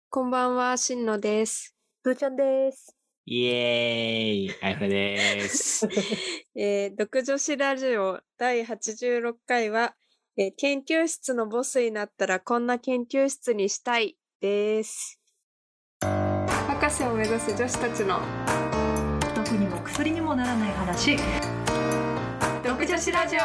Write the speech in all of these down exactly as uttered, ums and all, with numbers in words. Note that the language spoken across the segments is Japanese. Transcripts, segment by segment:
こんばんは、しんのです。 ぶーちゃんです。 イエーイ、あやふねです。 えー、独女子ラジオだいはちじゅうろっかいは、えー、研究室のボスになったらこんな研究室にしたいです。博士を目指す女子たちの毒にも薬にもならない話。 独女子ラジオ。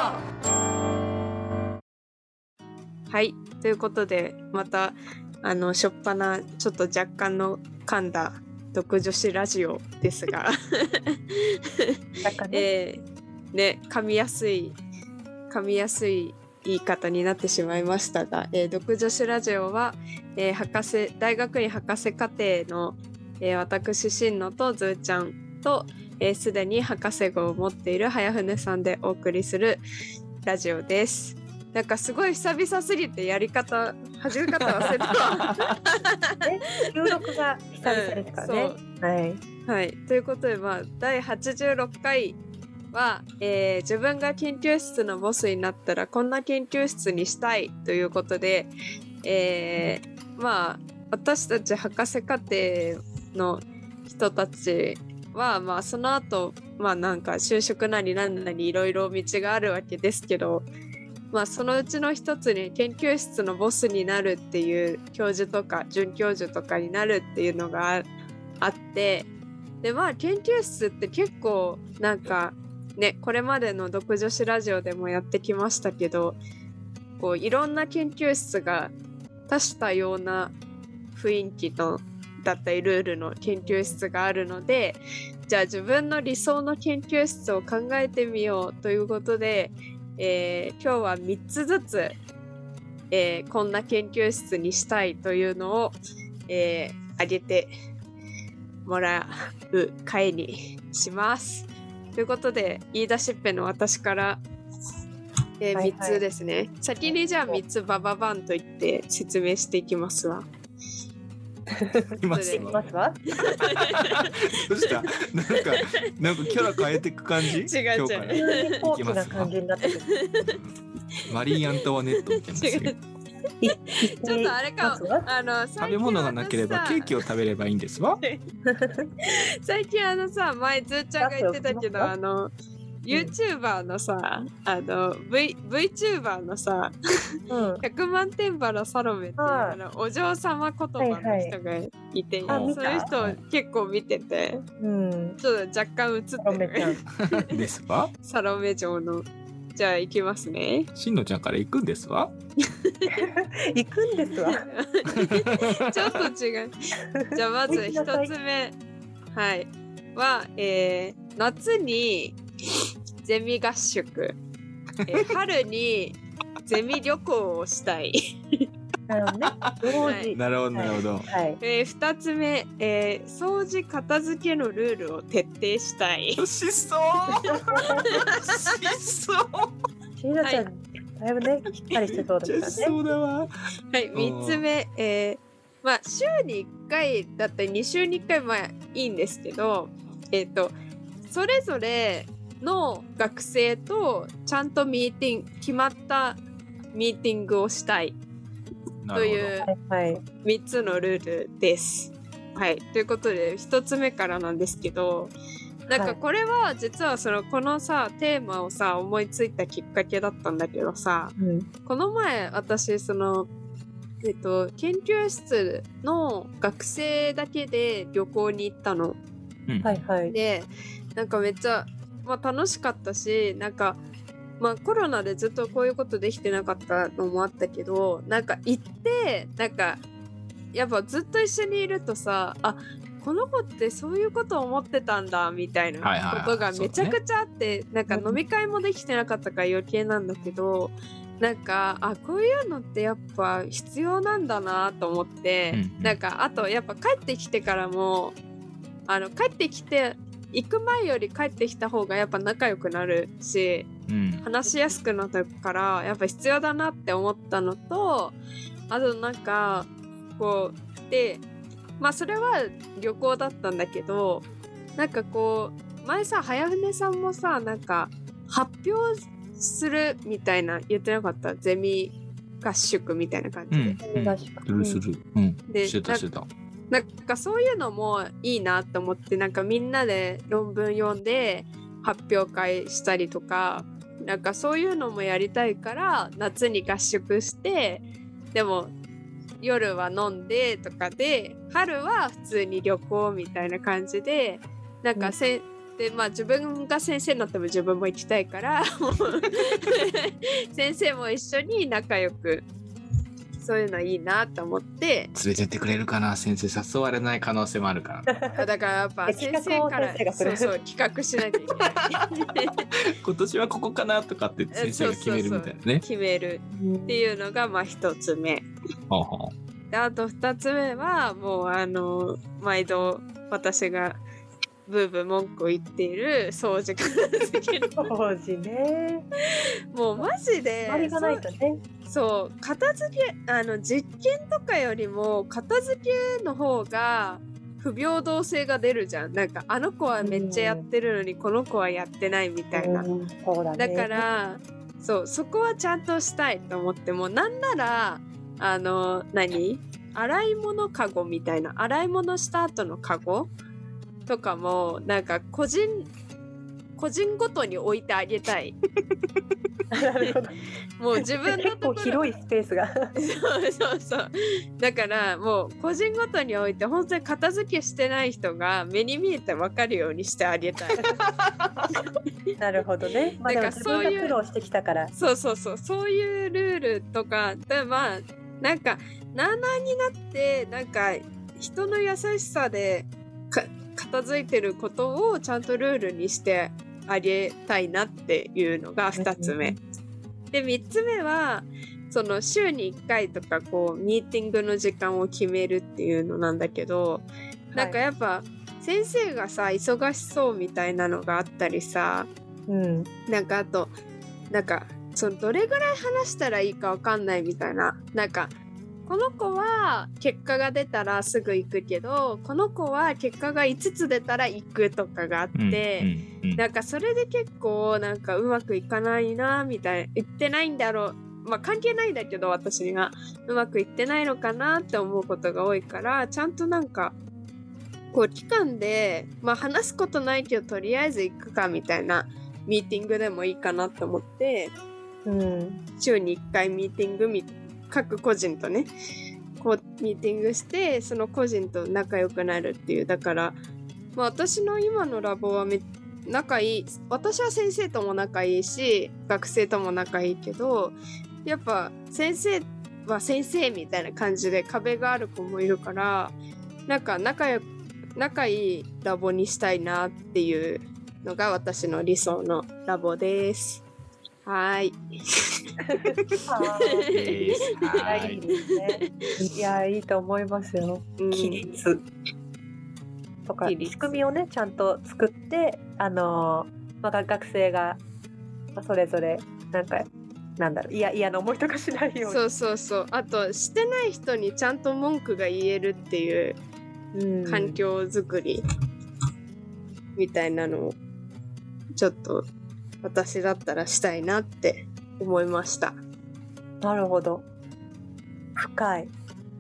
はい、ということでまたあのしょっぱなちょっと若干の噛んだ独女子ラジオですがなんかね、 えー、ね噛みやすい噛みやすい言い方になってしまいましたが、えー、独女子ラジオは、えー、博士大学院博士課程の、えー、私しんのとずーちゃんとすで、えー、に博士号を持っている早船さんでお送りするラジオです。なんかすごい久々すぎてやり方始め方忘れたわ収録が久々ですからね、 うん、 はい、 はい、ということで、まあ、だいはちじゅうろっかいは、えー、自分が研究室のボスになったらこんな研究室にしたいということで、えー、まあ私たち博士課程の人たちは、まあ、その後、まあなんか就職なりなんなりいろいろ道があるわけですけど、まあ、そのうちの一つに研究室のボスになるっていう教授とか准教授とかになるっていうのが あ, あってでまあ研究室って結構なんかねこれまでの独女子ラジオでもやってきましたけどこういろんな研究室が多種多様な雰囲気のだったりルールの研究室があるのでじゃあ自分の理想の研究室を考えてみようということでえー、今日はみっつずつ、えー、こんな研究室にしたいというのを、えー、あげてもらう回にします。ということで言い出しっぺの私から、えーはいはい、みっつですね。先にじゃあみっつバババンと言って説明していきますわ。 いますわ。どうした？なんかなんかキャラ変えていく感じ？ 違う違う。 大きな感じになってる。 マリー・アントワネットみたいなですよ。 ちょっとあれかあの食べ物がなければケーキを食べればいいんですわ。 最近あのさ前ずーちゃんが言ってたけどあのYouTuber のさ、あの v VTuber のさ、うん、ひゃくまんてんばらサロメっていうあのお嬢様言葉の人がいて、はいはい、そういう人結構見てて、うん、ちょっと若干映ってるですわ。 サロメ嬢のじゃあ行きますね。 しんのちゃんから行くんですわ。 行くんですわ。 ちょっと違う。じゃあまず一つ目はいは、えー、夏にゼミ合宿、えー、春にゼミ旅行をしたい。 なるほどね。 はい、なるほどなるほど。 はいえー、ふたつめ、えー、掃除片付けのルールを徹底したい。 しそうしそうしーなちゃん、はい、だいぶねしっかりしてそうだからね。 そうだわ。 はいみっつめ、えー、まあ週にいっかいだったりにしゅうにいっかいまあいいんですけどえっとそれぞれの学生とちゃんとミーティング決まったミーティングをしたいというみっつのルールです。はい、ということでひとつめからなんですけどなんかこれは実はそのこのさテーマをさ思いついたきっかけだったんだけどさ、うん、この前私そのえっと研究室の学生だけで旅行に行ったの。 うん、はいはい。 でなんかめっちゃまあ、楽しかったしなんか、まあ、コロナでずっとこういうことできてなかったのもあったけどなんか行ってなんかやっぱずっと一緒にいるとさあこの子ってそういうことを思ってたんだみたいなことがめちゃくちゃあって、はいはいね、なんか飲み会もできてなかったから余計なんだけどなんかあこういうのってやっぱ必要なんだなと思って、うん、なんかあとやっぱ帰ってきてからもあの帰ってきて行く前より帰ってきた方がやっぱ仲良くなるし、うん、話しやすくなったからやっぱ必要だなって思ったのとあとなんかこうでまあそれは旅行だったんだけどなんかこう前さ早船さんもさなんか発表するみたいな言ってなかったゼミ合宿みたいな感じうんで、 うん合宿するするうんでしてたしてたなんかそういうのもいいなと思って、なんかみんなで論文読んで発表会したりとか、なんかそういうのもやりたいから夏に合宿して、でも夜は飲んでとかで、春は普通に旅行みたいな感じで、なんかせ、うん、でまあ自分が先生になっても自分も行きたいから先生も一緒に仲良く、そういうのいいなと思って連れてってくれるかな。先生誘われない可能性もあるからだからやっぱ先生からそうそう企画しないといけない今年はここかなとかって先生が決めるみたいなね。そうそうそう決めるっていうのがまあ一つ目。 ほうほう。 であと二つ目はもうあの毎度私がブーブー文句を言っている掃除からですけど掃除ね。 もうマジで周りがないとね。 そう片付けあの実験とかよりも片付けの方が不平等性が出るじゃん。なんかあの子はめっちゃやってるのに、うん、この子はやってないみたいな、 うん、そうだね、 だからそうそこはちゃんとしたいと思って、もうなんならあの何洗い物かごみたいな、洗い物した後のかごとかもなんか個人個人ごとに置いてあげたいなるほどもう自分のところ結構広いスペースがそうそうそうだからもう個人ごとに置いて、本当に片付けしてない人が目に見えて分かるようにしてあげたいなるほどね。まあ、でも自分が苦労してきたからそうそうそうそういうルールとかで、まあなんかなあなあになってなんか人の優しさでか片付いてることをちゃんとルールにしてあげたいなっていうのがふたつめで、みっつめはその週にいっかいとかこうミーティングの時間を決めるっていうのなんだけど、なんかやっぱ先生がさ忙しそうみたいなのがあったりさ、 うん、 なんかあとなんかそのどれぐらい話したらいいかわかんないみたいな、なんかこの子は結果が出たらすぐ行くけどこの子は結果がいつつ出たら行くとかがあって、うんうんうん、なんかそれで結構なんかうまくいかないなみたいな、言ってないんだろう、まあ関係ないんだけど私にはうまくいってないのかなって思うことが多いから、ちゃんとなんかこう期間でまあ話すことないけどとりあえず行くかみたいなミーティングでもいいかなと思って、 うん、 週にいっかいミーティングみ各個人とねこうミーティングしてその個人と仲良くなるっていう。だから、まあ、私の今のラボはめ仲いい、私は先生とも仲いいし学生とも仲いいけど、やっぱ先生は先生みたいな感じで壁がある子もいるから、なんか仲良く仲いいラボにしたいなっていうのが私の理想のラボです。はい。 はい、いいですね。いや、いいと思いますよ。規律とか仕組みをねちゃんと作って、あのー、まあ、学生がそれぞれなんかなんだろう嫌嫌な思いとかしないように。 そうそうそう。あとしてない人にちゃんと文句が言えるっていう環境づくりみたいなのをちょっと私だったらしたいなって思いました。 なるほど。深い。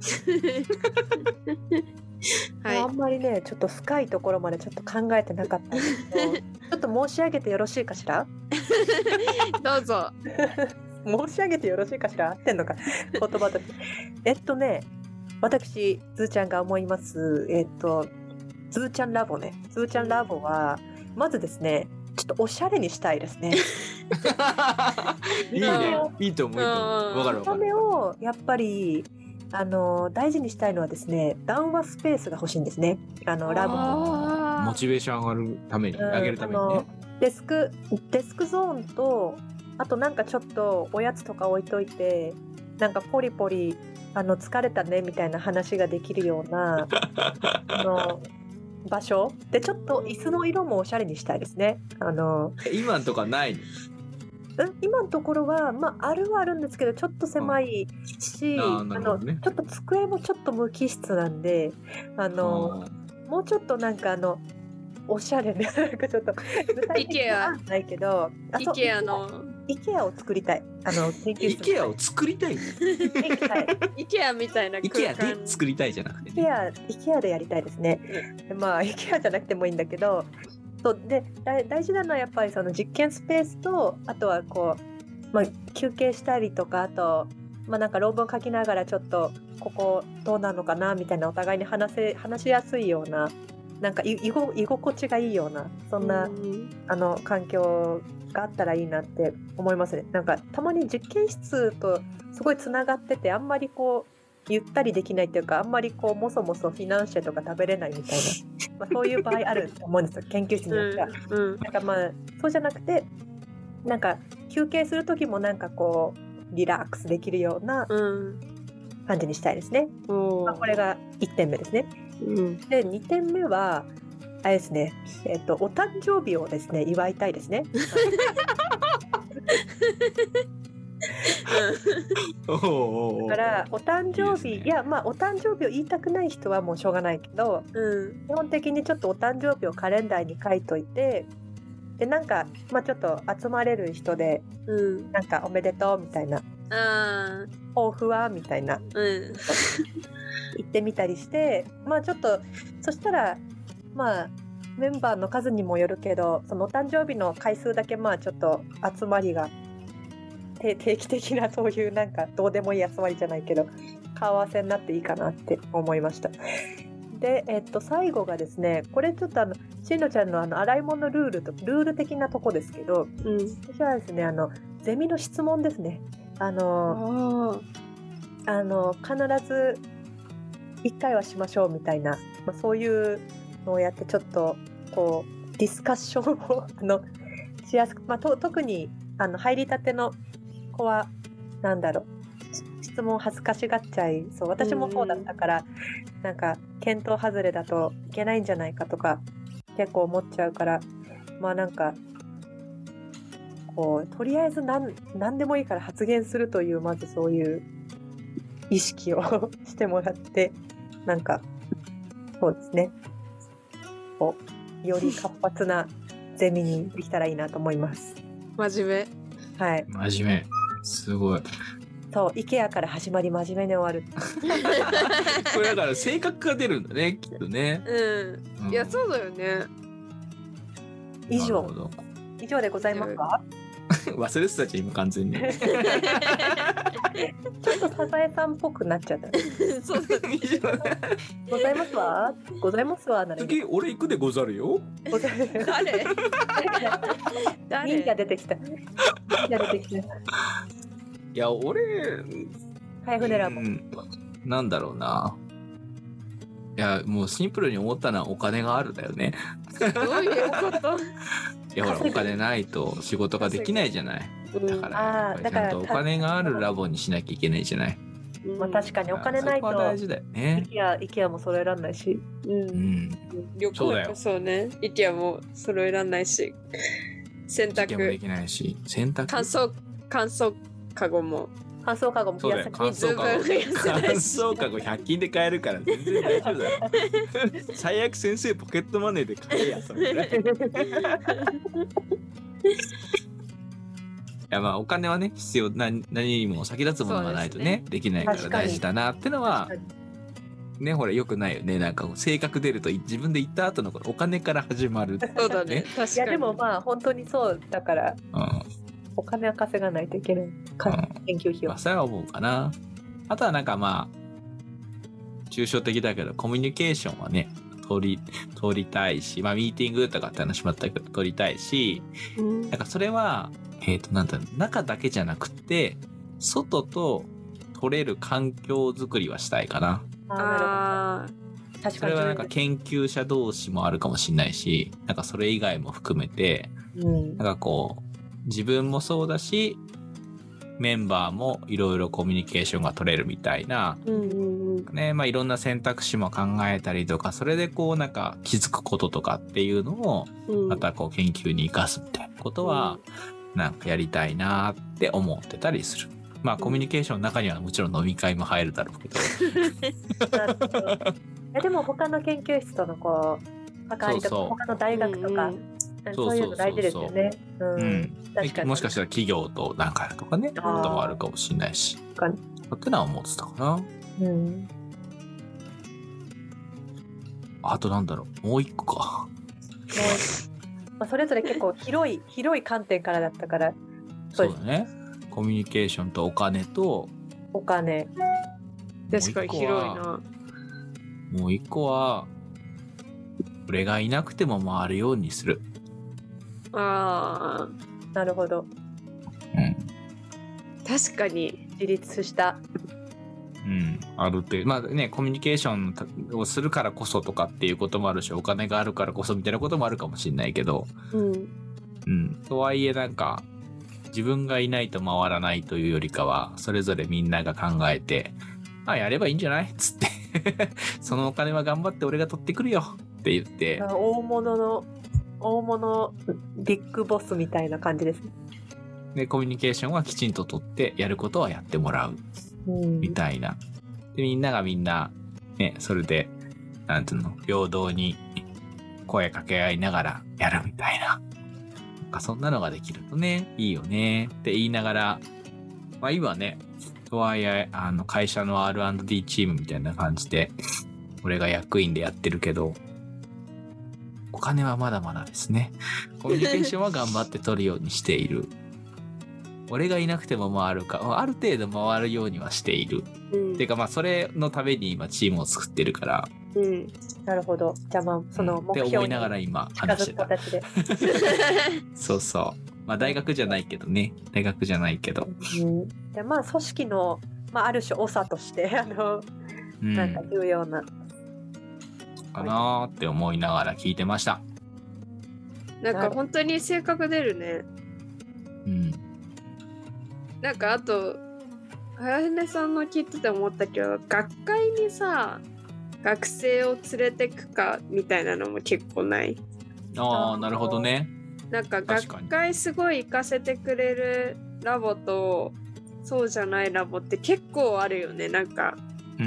はい、あんまりねちょっと深いところまでちょっと考えてなかったんですけどちょっと申し上げてよろしいかしらどうぞ申し上げてよろしいかしら合ってんのか言葉とえっとね私ズーちゃんが思いますえっとズーちゃんラボねズーちゃんラボはまずですねちょっとおしゃれにしたいですねいいねいいと思ういいと思うわかるわかる。 見た目をやっぱりあの大事にしたいのはですね談話スペースが欲しいんですね。あのラボのモチベーション上がるために、うん、上げるためにね。 デスクデスクゾーンとあとなんかちょっとおやつとか置いといてなんかポリポリあの疲れたねみたいな話ができるようなあの場所でちょっと椅子の色もおしゃれにしたいですね。あの今のとこないの？ 今のところは、まあ、あるはあるんですけどちょっと狭いし、うんあね、あのちょっと机もちょっと無機質なんであのもうちょっとなんかあのおしゃれでなんかちょっと具体的にはないけどイケアの IKEA を作りたい。あの研究室。 IKEA を作りたい。 IKEA みたいな空間。 IKEA で作りたいじゃなくて、ね。 IKEA IKEA でやりたいですね。でまあ IKEA じゃなくてもいいんだけど、そうで大大事なのはやっぱりその実験スペースと、あとはこうまあ休憩したりとか、あとまあなんか論文書きながらちょっとここどうなのかなみたいなお互いに話せ話しやすいような。なんかい居ご居心地がいいようなそんな、うん、あの環境があったらいいなって思いますね。なんかたまに実験室とすごいつながっててあんまりこうゆったりできないっていうか、あんまりこうもそもそフィナンシェとか食べれないみたいな、まあ、そういう場合あると思うんですよ研究室によっては、うんうん、なんかまあそうじゃなくてなんか休憩する時もなんかこうリラックスできるような感じにしたいですね、うんまあ、これがいってんめですね。うん、でにてんめはあれですね、えっと、お誕生日をですね祝いたいですね。だからお誕生日いい、ね、いやまあお誕生日を言いたくない人はもうしょうがないけど、うん、基本的にちょっとお誕生日をカレンダーに書いといて、でなんか、まあ、ちょっと集まれる人で、うん、なんかおめでとうみたいな、あ抱負はみたいな、うん行ってみたりして、まあちょっとそしたらまあメンバーの数にもよるけど、そのお誕生日の回数だけまあちょっと集まりが定期的なそういうなんかどうでもいい集まりじゃないけど顔合わせになっていいかなって思いました。で、えっと最後がですね、これちょっとあのしんのちゃんのあの洗い物ルールとルール的なとこですけど、うん、私はですねあのゼミの質問ですね。あのああの必ずいっかいはしましょうみたいな、まあ、そういうのをやってちょっとこうディスカッションをあのしやすく、まあ、と特にあの入りたての子はなんだろう質問恥ずかしがっちゃいそう、私もそうだったから、なんか検討外れだといけないんじゃないかとか結構思っちゃうから、まあなんかこうとりあえず何何でもいいから発言するというまずそういう意識をしてもらって、なんかそうですね、こうより活発なゼミにできたらいいなと思います。 真面目。はい。 真面目。すごい。 そう、IKEA から始まり真面目に終わる。 これだから性格が出るんだね、きっとね。 うん。うん、いやそうだよね。 以上。以上でございますか？ 忘れてたじゃん今完全に。ちょっとサザエさんっぽくなっちゃった。 そうだね。 ございますわ。ございますわ。 次俺行くでござるよ。 誰？誰？ 忍者出てきた。忍者出てきた。いや俺。 はい、船ラボ。 なんだろうな。いやもうシンプルに思ったのはお金があるだよね。 どういうこと？ いやほらお金ないと仕事ができないじゃない。だからちゃんとお金があるラボにしなきゃいけないじゃない。 まあ確かにお金ないと。 そこは大事だよね。 IKEA IKEAも揃えらんないし。 うん。旅行だよ。そうね。IKEAも揃えらんないし。洗濯もできないし。洗濯。 乾燥乾燥カゴも。 乾燥カゴも増やせない。乾燥カゴ。乾燥カゴひゃく均で買えるから全然大丈夫だよ。最悪先生ポケットマネーで買えやそれ。いやまあお金はね必要な何にも先立つものがないと ね, ねできないから大事だなってのはねほらよくないよね。なんか性格出ると自分で言った後のお金から始まる、ね。 そうだね。確かに。いやでもまあ本当にそうだから。うん。お金は稼がないといけない、うん、研究費を、 まあ、それは思うかな。あとはなんかまあ抽象的だけどコミュニケーションはね取り取りたいし、まあミーティングとかって話もあったけど取りたいし、うん、なんかそれはえっとなんだろう中だけじゃなくて外と取れる環境づくりはしたいかな。 ああ、確かにそれはなんか研究者同士もあるかもしれないし、なんかそれ以外も含めて、うん、なんかこう自分もそうだしメンバーもいろいろコミュニケーションが取れるみたいな、うんうんうんね、まあいろんな選択肢も考えたりとか、それでこうなんか気づくこととかっていうのをまたこう研究に生かすみたいなことはなんかやりたいなって思ってたりする。まあコミュニケーションの中にはもちろん飲み会も入るだろうけど。 いやでも他の研究室とのこう関わりとか他の大学とか、うんうん、 そういうの大事ですよね。うん、うん、 確かにもしかしたら企業となんかやるとかねこともあるかもしれないしってのは思ってたかな。うん、あとなんだろうもう一個か。 まあ、それぞれ結構広い広い観点からだったからそうだね。コミュニケーションとお金とお金確かに広いな。 もう一個は俺がいなくても回るようにする。 ああなるほど、 うん、 確かに自立したうんあるってまあねコミュニケーションをするからこそとかっていうこともあるしお金があるからこそみたいなこともあるかもしれないけど、 うんうん、とはいえなんか自分がいないと回らないというよりかはそれぞれみんなが考えてあやればいいんじゃないっつってそのお金は頑張って俺が取ってくるよって言って大物の大物ビッグボスみたいな感じですね。 でコミュニケーションはきちんと取ってやることはやってもらうみたいな、うん、でみんながみんなねそれでなんていうの平等に声かけ合いながらやるみたいななんかそんなのができるとねいいよねって言いながらまあ今ねとはいえあの会社の アールアンドディー チームみたいな感じで俺が役員でやってるけどお金はまだまだですね。コミュニケーションは頑張って取るようにしている。俺がいなくても回るかある程度回るようにはしている、うん、ていうかまあそれのために今チームを作ってるから、 うん、なるほど。じゃあまあその目標に、うん、って思いながら今話してたそうそうまあ大学じゃないけどね大学じゃないけど、 うん、でまあ組織の、まあ、ある種長としてあの、うん、なんか重要なかなーって思いながら聞いてました。 なんか本当に性格出るね。 うん。 なんかあと早船さんの聞いてて思ったけど学会にさ学生を連れてくかみたいなのも結構ない？ ああなるほどね。 なんか学会すごい行かせてくれるラボとそうじゃないラボって結構あるよね。なんか、 うん、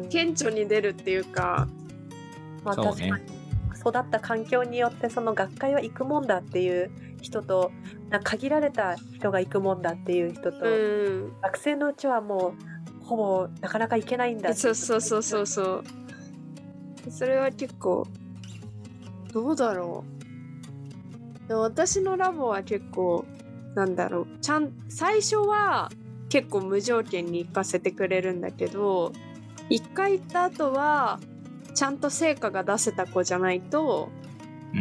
顕著に出るっていうか。 まあ、確かに育った環境によってその学会は行くもんだっていう人となんか限られた人が行くもんだっていう人と、うん、学生のうちはもうほぼなかなか行けないんだってそうそうそうそうそうそれは結構どうだろう。でも私のラボは結構なんだろうちゃん最初は結構無条件に行かせてくれるんだけど一回行った後はちゃんと成果が出せた子じゃないと、 うん、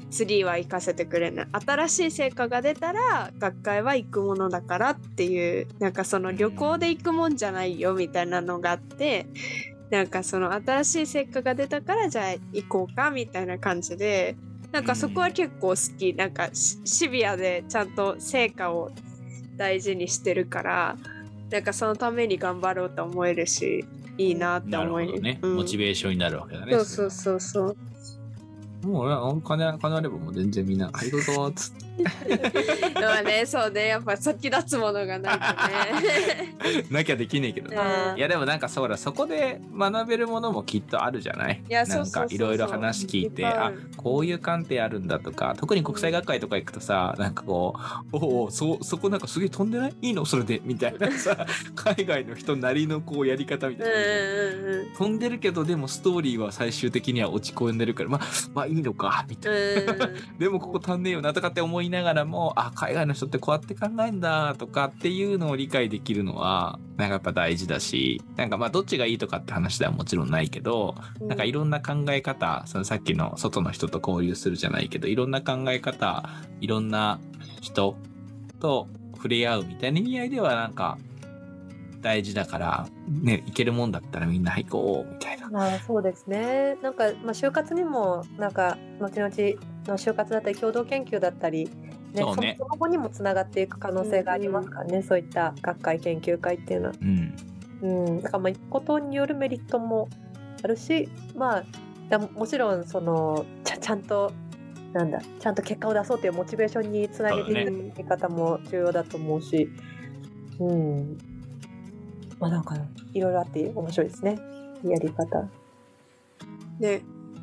次は行かせてくれない。新しい成果が出たら学会は行くものだからっていうなんかその旅行で行くもんじゃないよみたいなのがあってなんかその新しい成果が出たからじゃあ行こうかみたいな感じでなんかそこは結構好き。なんかシビアでちゃんと成果を大事にしてるからなんかそのために頑張ろうと思えるしいいなって思い、 なるほどね、うん、モチベーションになるわけだね。 そうそうそうそうもう俺はお金金あればもう全然みんなはいどうぞっつってまあねそうねやっぱ先立つものがないとねなきゃできねえけどね、うん、いやでもなんかそうだそこで学べるものもきっとあるじゃない。 いやなんかいろいろ話聞いてあこういう観点あるんだとか特に国際学会とか行くとさなんかこうおお そ, そこなんかすげえ飛んでないいいのそれでみたいなさ海外の人なりのこうやり方みたいな、うんうんうん、飛んでるけどでもストーリーは最終的には落ち込んでるからまあまあいいのかみたいなでもここ足んねえよなとかって思いながらもあ海外の人ってこうやって考えんだとかっていうのを理解できるのはなんかやっぱ大事だしなんかまあどっちがいいとかって話ではもちろんないけど、うん、なんかいろんな考え方そのさっきの外の人と交流するじゃないけどいろんな考え方いろんな人と触れ合うみたいな意味合いではなんか大事だからね行けるもんだったらみんな行こうみたいな。 まあそうですね。なんか、まあ、就活にもなんか後々の就活だったり共同研究だったり、ね、そうね、その後にもつながっていく可能性がありますからね、うんうん、そういった学会研究会っていうのは。うんうん、だからまあ行くことによるメリットもあるし、まあもちろんその ち, ゃちゃんとなんだちゃんと結果を出そうというモチベーションにつなげていく見方も重要だと思うし、う、ね、うんまあなんかいろいろあって面白いですねやり方ね。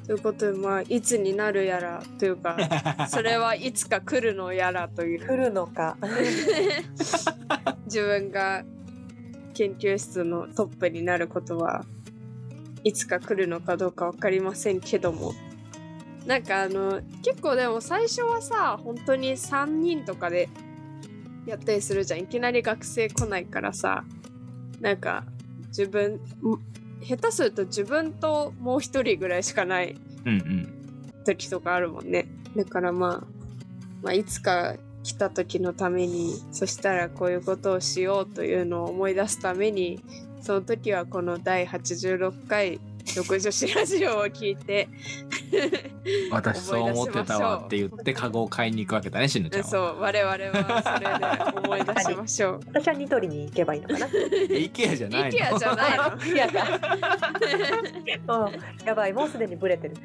ということで、まあいつになるやらというかそれはいつか来るのやらという来るのか自分が研究室のトップになることはいつか来るのかどうか分かりませんけども、なんかあの結構でも最初はさ本当にさんにんとかでやったりするじゃん。いきなり学生来ないからさ、なんか自分下手すると自分ともう一人ぐらいしかない時とかあるもんね。だからまあ、まあ、いつか来た時のために、そしたらこういうことをしようというのを思い出すために、その時はこのだいはちじゅうろっかい読女子ラジオを聞いて私そう思ってたわって言ってカゴを買いに行くわけだね、しぬちゃんは。 そう我々はそれで思い出しましょう私はニトリに行けばいいのかなイケアじゃないの？ イケアじゃないの？ イケアかもうやばい、もうすでにブレてる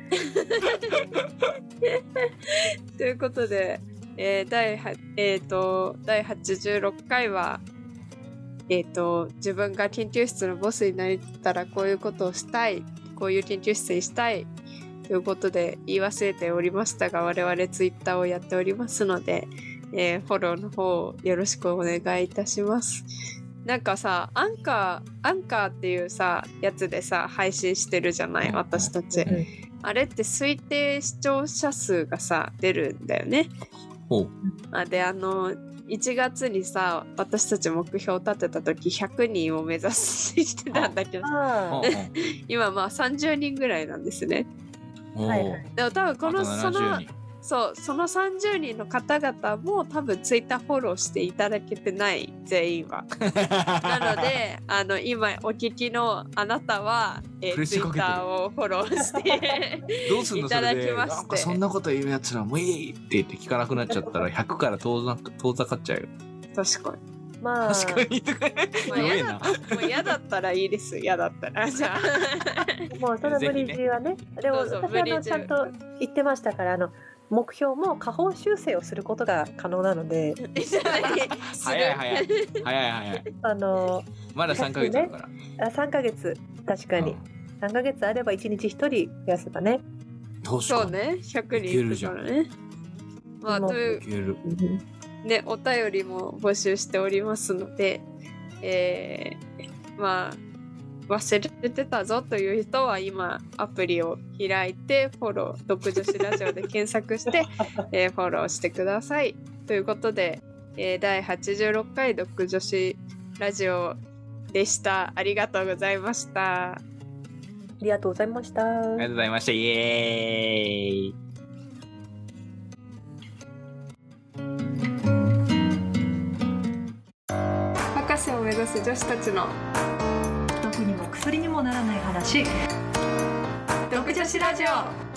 ということで、えー第はえー、とだいはちじゅうろっかいはえー、と自分が研究室のボスになったらこういうことをしたい、こういう研究室にしたいということで言い忘れておりましたが、我々ツイッターをやっておりますので、えー、フォローの方よろしくお願いいたします。なんかさ、アンカーアンカーっていうさやつでさ配信してるじゃない、私たち、 うん、 あれって推定視聴者数がさ出るんだよね。 おあであのいちがつにさ私たち目標を立てた時ひゃくにんを目指してたんだけど、 あ今まあさんじゅうにんぐらいなんですね。 おはいはいでも多分このあとそのななじゅうにんそうそのさんじゅうにんの方々も多分ツイッターフォローしていただけてない、全員は。なのであの今お聞きのあなたは、えー、ツイップレッシャーかけてるターをフォローしてどうすんのそいただれで、 きましてなんかそんなこと言うやつらもういいって言って聞かなくなっちゃったらひゃくから遠ざ遠ざかっちゃうよ。 確かに。 まあ確かにまあ弱いな。 もう嫌だったらいいです。嫌だったらじゃあもうその無理強いはね、でもそうそう私はあ無理強いのちゃんと言ってましたから、あの目標も下方修正をすることが可能なので、 早い早い早い早い。 あのまださんかげつあるから。 あさんかげつ確かに、 うんさんかげつあればいちにちひとり増やせばね。 確かそうね、ひゃくにんいくからね。まあもうといういける。 ね、お便りも募集しておりますので、えー、まあ忘れてたぞという人は今アプリを開いてフォロー、読女子ラジオで検索して、えー、フォローしてください。ということで、えー、だいはちじゅうろっかい読女子ラジオでした。ありがとうございました。 ありがとうございました。 ありがとうございました。イエーイ。 博士を目指す女子たちの毒にも薬にもならない話。 読女子ラジオ。